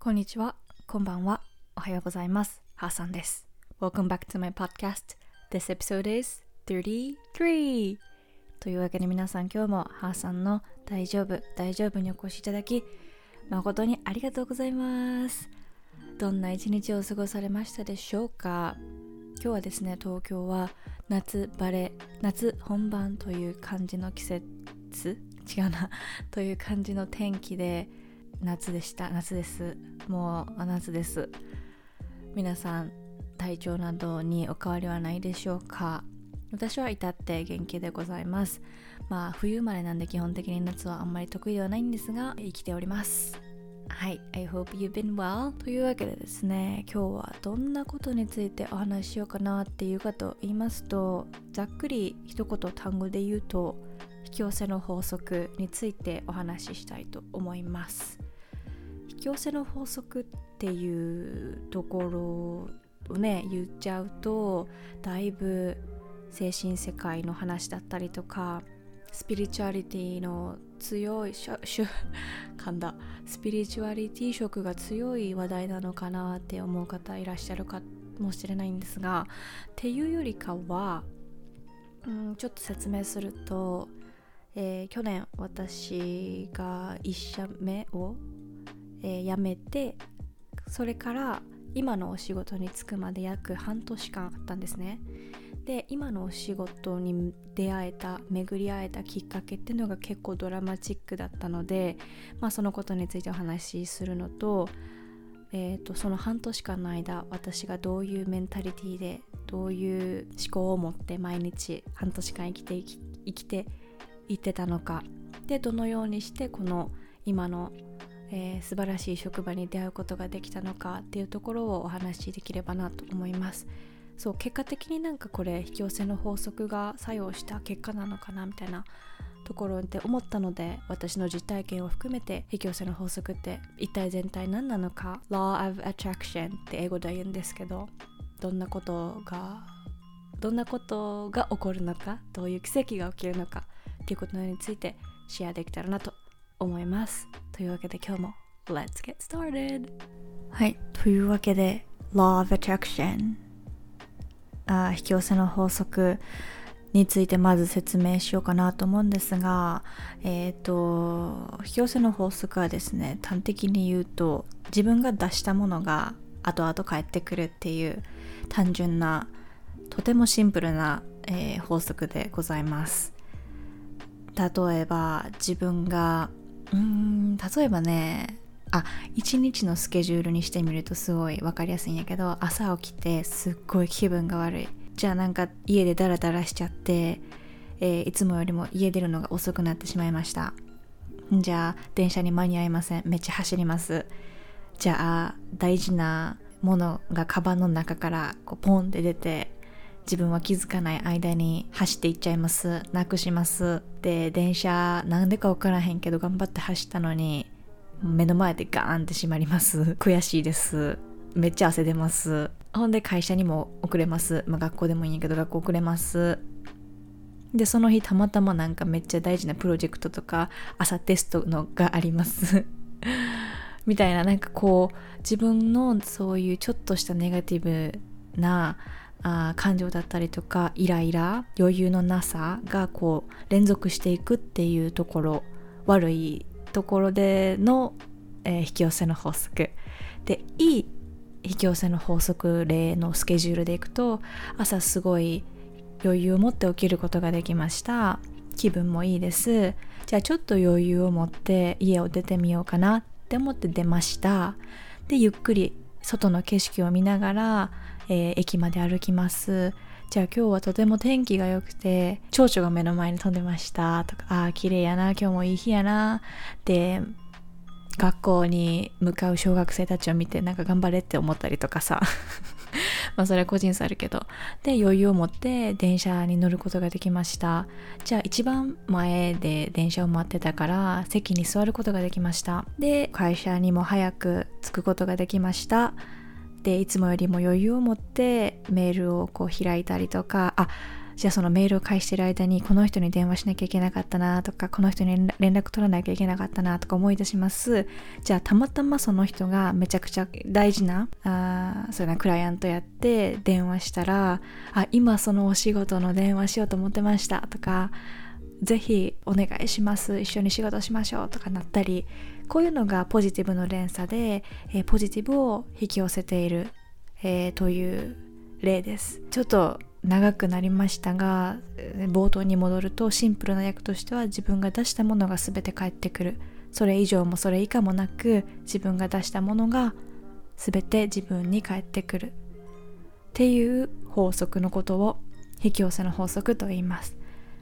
こんにちは、こんばんは、おはようございます。ハーさんです。Welcome back to my podcast. This episode is 33. というわけで皆さん今日もハーさんの大丈夫にお越しいただき誠にありがとうございます。どんな一日を過ごされましたでしょうか。今日はですね、東京は夏本番という感じの季節という感じの天気で夏です。もう夏です。皆さん体調などにお変わりはないでしょうか。私は至って元気でございます。冬生まれなんで基本的に夏はあんまり得意ではないんですが生きております。はい、I hope you've been well というわけでですね、今日はどんなことについてお話ししようかなっていうかと言いますと、ざっくり一言単語で言うと引き寄せの法則についてお話ししたいと思います。引き寄せの法則っていうところをね言っちゃうとだいぶ精神世界の話だったりとかスピリチュアリティの強いスピリチュアリティ色が強い話題なのかなって思う方いらっしゃるかもしれないんですが、っていうよりかはちょっと説明すると、去年私が1社目を辞めて、それから今のお仕事に就くまで約半年間あったんですね。で、今のお仕事に巡り会えたきっかけっていうのが結構ドラマチックだったので、そのことについてお話しするのと、その半年間の間私がどういうメンタリティでどういう思考を持って毎日半年間生きていってたのかで、どのようにしてこの今の素晴らしい職場に出会うことができたのかっていうところをお話しできればなと思います。そう、結果的にこれ引き寄せの法則が作用した結果なのかなみたいなところで思ったので、私の実体験を含めて引き寄せの法則って一体全体何なのか、 Law of Attraction って英語で言うんですけど、どんなことが起こるのか、どういう奇跡が起きるのかっていうことについてシェアできたらなと思います。というわけで今日も Let's get started。 はい、というわけで Law of Attraction、引き寄せの法則についてまず説明しようかなと思うんですが、引き寄せの法則はですね、端的に言うと自分が出したものが後々返ってくるっていう単純なとてもシンプルな、法則でございます。例えば自分が一日のスケジュールにしてみるとすごい分かりやすいんやけど、朝起きてすっごい気分が悪い、じゃあ家でダラダラしちゃって、いつもよりも家出るのが遅くなってしまいました。じゃあ電車に間に合いません、めっちゃ走ります。じゃあ大事なものがカバンの中からポンって出て、自分は気づかない間に走っていっちゃいます、なくします。で、電車なんでか分からへんけど頑張って走ったのに目の前でガーンって閉まります、悔しいです、めっちゃ汗出ます。ほんで会社にも遅れます、学校でもいいんやけど学校遅れます。で、その日たまたまめっちゃ大事なプロジェクトとか朝テストのがありますみたいな、自分のそういうちょっとしたネガティブな感情だったりとかイライラ、余裕のなさが連続していくっていうところ、悪いところでの、引き寄せの法則で、いい引き寄せの法則例のスケジュールでいくと、朝すごい余裕を持って起きることができました、気分もいいです、じゃあちょっと余裕を持って家を出てみようかなって思って出ました。で、ゆっくり外の景色を見ながら駅まで歩きます。じゃあ今日はとても天気が良くて蝶々が目の前に飛んでましたとか、綺麗やな、今日もいい日やな。で、学校に向かう小学生たちを見て頑張れって思ったりとかさそれは個人差あるけど、で余裕を持って電車に乗ることができました。じゃあ一番前で電車を待ってたから席に座ることができました。で、会社にも早く着くことができました。で、いつもよりも余裕を持ってメールを開いたりとか、 じゃあそのメールを返してる間にこの人に電話しなきゃいけなかったなとか、この人に連絡取らなきゃいけなかったなとか思い出します。じゃあたまたまその人がめちゃくちゃ大事なそういうなクライアントやって電話したら、今そのお仕事の電話しようと思ってましたとか、ぜひお願いします、一緒に仕事しましょうとかなったり、こういうのがポジティブの連鎖で、ポジティブを引き寄せている、という例です。ちょっと長くなりましたが、冒頭に戻るとシンプルな訳としては、自分が出したものが全て返ってくる、それ以上もそれ以下もなく自分が出したものが全て自分に返ってくるっていう法則のことを引き寄せの法則と言います。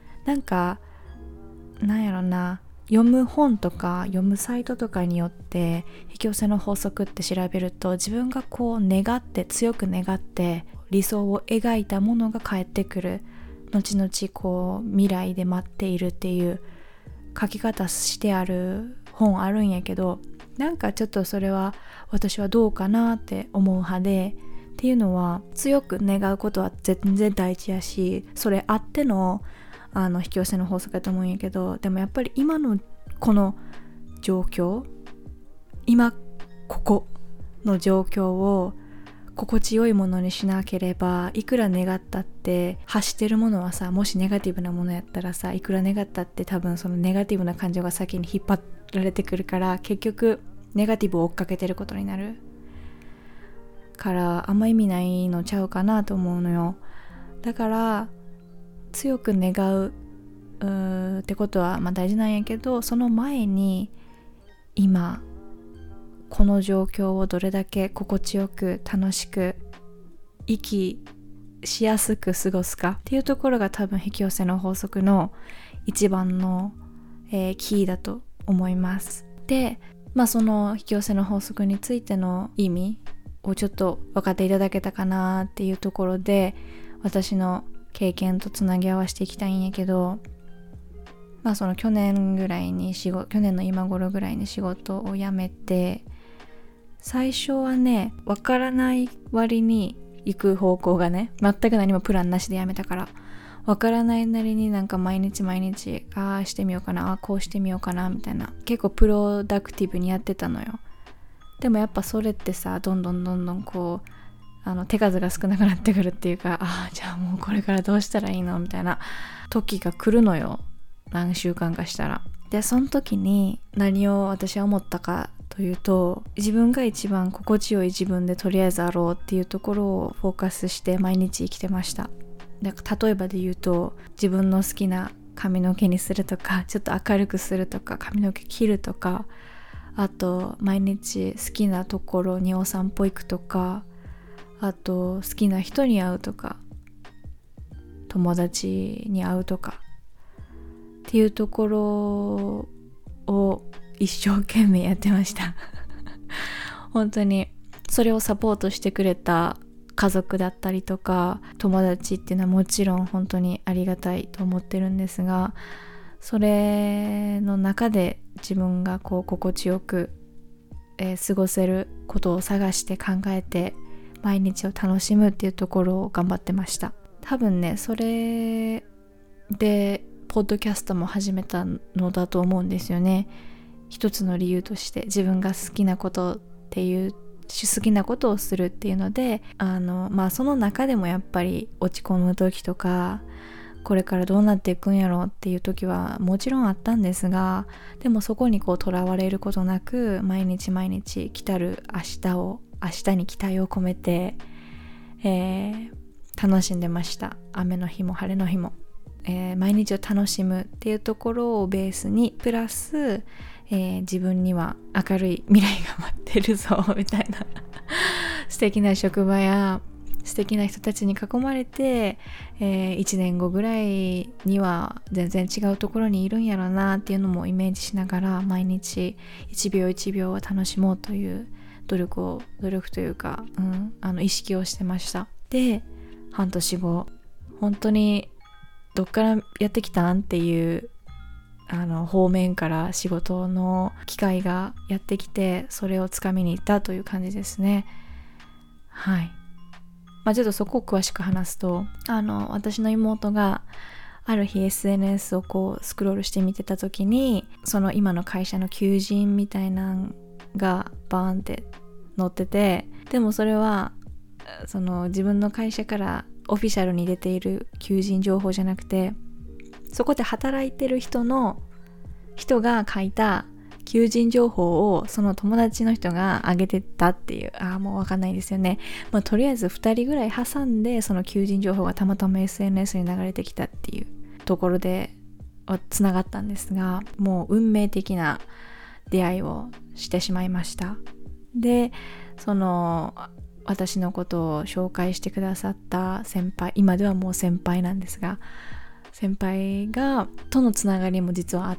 なんやろな、読む本とか読むサイトとかによって引き寄せの法則って調べると、自分がこう願って、強く願って理想を描いたものが返ってくる、後々こう未来で待っているっていう書き方してある本あるんやけど、ちょっとそれは私はどうかなって思う派で、っていうのは強く願うことは全然大事やし、それあっての引き寄せの法則だと思うんやけど、でもやっぱり今のこの状況、今ここの状況を心地よいものにしなければ、いくら願ったって発してるものはさ、もしネガティブなものやったらさ、いくら願ったって多分そのネガティブな感情が先に引っ張られてくるから、結局ネガティブを追っかけてることになるからあんま意味ないのちゃうかなと思うのよ。だから強く願うってことは大事なんやけど、その前に今この状況をどれだけ心地よく楽しく息しやすく過ごすかっていうところが多分引き寄せの法則の一番の、キーだと思います。で、その引き寄せの法則についての意味をちょっと分かっていただけたかなっていうところで、私の経験とつなぎ合わせていきたいんやけど、その去年の今頃ぐらいに仕事を辞めて、最初はね、わからない割に行く方向がね、全く何もプランなしで辞めたから、わからないなりに毎日ああしてみようかな、こうしてみようかなみたいな、結構プロダクティブにやってたのよ。でもやっぱそれってさ、どんどんこう手数が少なくなってくるっていうか、じゃあもうこれからどうしたらいいのみたいな時が来るのよ、何週間かしたら。でその時に何を私は思ったかというと、自分が一番心地よい自分でとりあえずあろうっていうところをフォーカスして毎日生きてました。例えばで言うと、自分の好きな髪の毛にするとか、ちょっと明るくするとか、髪の毛切るとか、あと毎日好きなところにお散歩行くとか、あと好きな人に会うとか、友達に会うとかっていうところを一生懸命やってました本当にそれをサポートしてくれた家族だったりとか友達っていうのはもちろん本当にありがたいと思ってるんですが、それの中で自分がこう心地よく、過ごせることを探して考えて毎日を楽しむっていうところを頑張ってました。多分ね、それでポッドキャストも始めたのだと思うんですよね。一つの理由として、自分が好きなことっていう好きなことをするっていうので、その中でもやっぱり落ち込む時とか、これからどうなっていくんやろうっていう時はもちろんあったんですが、でもそこにとらわれることなく、毎日来たる明日に期待を込めて、楽しんでました。雨の日も晴れの日も、毎日を楽しむっていうところをベースにプラス、自分には明るい未来が待ってるぞみたいな素敵な職場や素敵な人たちに囲まれて、1年後ぐらいには全然違うところにいるんやろなっていうのもイメージしながら、毎日一秒一秒を楽しもうという努力というか、意識をしてました。で、半年後、本当にどっからやってきたんっていう方面から仕事の機会がやってきて、それをつかみに行ったという感じですね。はい。 ちょっとそこを詳しく話すと、私の妹がある日 SNS をこうスクロールして見てた時に、その今の会社の求人みたいなのがバーンって載ってて、でもそれはその自分の会社からオフィシャルに出ている求人情報じゃなくて、そこで働いてる人が書いた求人情報をその友達の人が上げてたっていう、もうわかんないですよね。とりあえず2人ぐらい挟んでその求人情報がたまたま SNS に流れてきたっていうところでつながったんですが、もう運命的な出会いをしてしまいました。で、その私のことを紹介してくださった先輩、今ではもう先輩なんですが、先輩とのつながりも実はあって、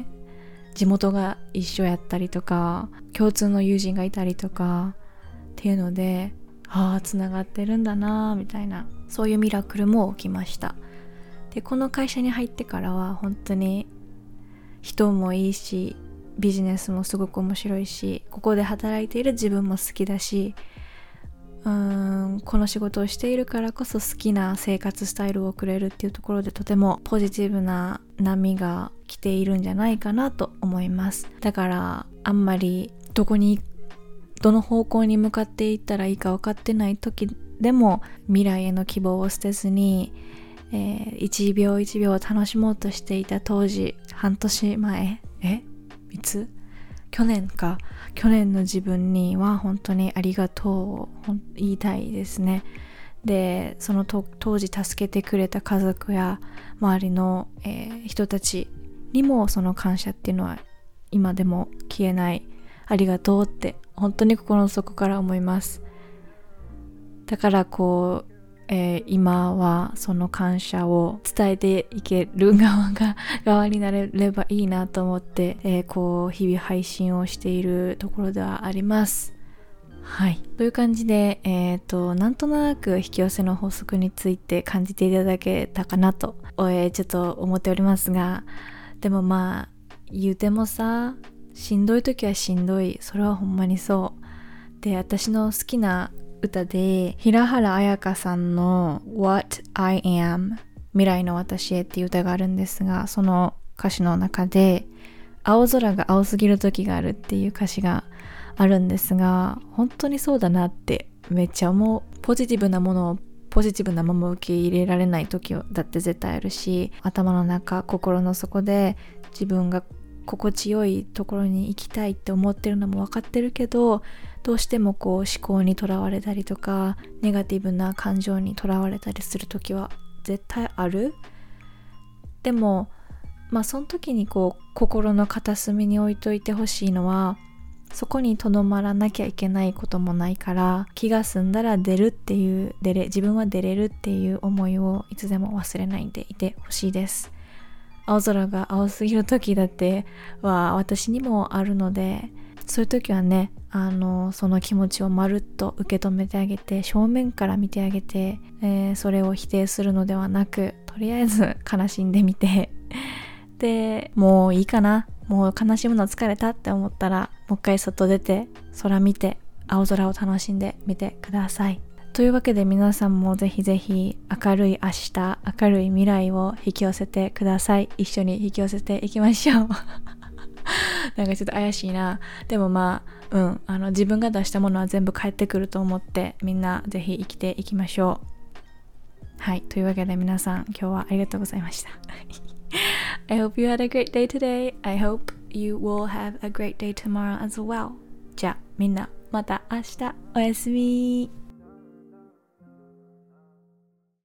地元が一緒やったりとか、共通の友人がいたりとかっていうので、つながってるんだなみたいな、そういうミラクルも起きました。で、この会社に入ってからは本当に人もいいし、ビジネスもすごく面白いし、ここで働いている自分も好きだし、この仕事をしているからこそ好きな生活スタイルを送れるっていうところで、とてもポジティブな波が来ているんじゃないかなと思います。だからあんまりどの方向に向かっていったらいいか分かってない時でも、未来への希望を捨てずに、一秒一秒を楽しもうとしていた当時、半年前去年の自分には本当にありがとうを言いたいですね。で、その当時助けてくれた家族や周りの、人たちにもその感謝っていうのは今でも消えない。ありがとうって本当に心の底から思います。だから今はその感謝を伝えていける側になれればいいなと思って、日々配信をしているところではあります。はい。という感じで、なんとなく引き寄せの法則について感じていただけたかなと、ちょっと思っておりますが、でも言うてもさ、しんどい時はしんどい。それはほんまにそう。で、私の好きな歌で平原綾香さんの What I Am 未来の私へっていう歌があるんですが、その歌詞の中で青空が青すぎる時があるっていう歌詞があるんですが、本当にそうだなってめっちゃ思う。ポジティブなものをポジティブなまま受け入れられない時だって絶対あるし、頭の中、心の底で自分が心地よいところに行きたいって思ってるのも分かってるけど、どうしても思考にとらわれたりとか、ネガティブな感情にとらわれたりする時は絶対ある。でもその時に心の片隅に置いといてほしいのは、そこにとどまらなきゃいけないこともないから、気が済んだら自分は出れるっていう思いをいつでも忘れないでいてほしいです。青空が青すぎる時だっては私にもあるので、そういう時はね、その気持ちをまるっと受け止めてあげて、正面から見てあげて、それを否定するのではなく、とりあえず悲しんでみてで、もういいかな、もう悲しむの疲れたって思ったら、もう一回外出て空見て青空を楽しんでみてください。というわけで、皆さんもぜひぜひ明るい明日、明るい未来を引き寄せてください。一緒に引き寄せていきましょうなんかちょっと怪しいな。でも自分が出したものは全部返ってくると思って、みんなぜひ生きていきましょう。はい、というわけで皆さん、今日はありがとうございましたI hope you had a great day today. I hope you will have a great day tomorrow as well. じゃあみんなまた明日おやすみ。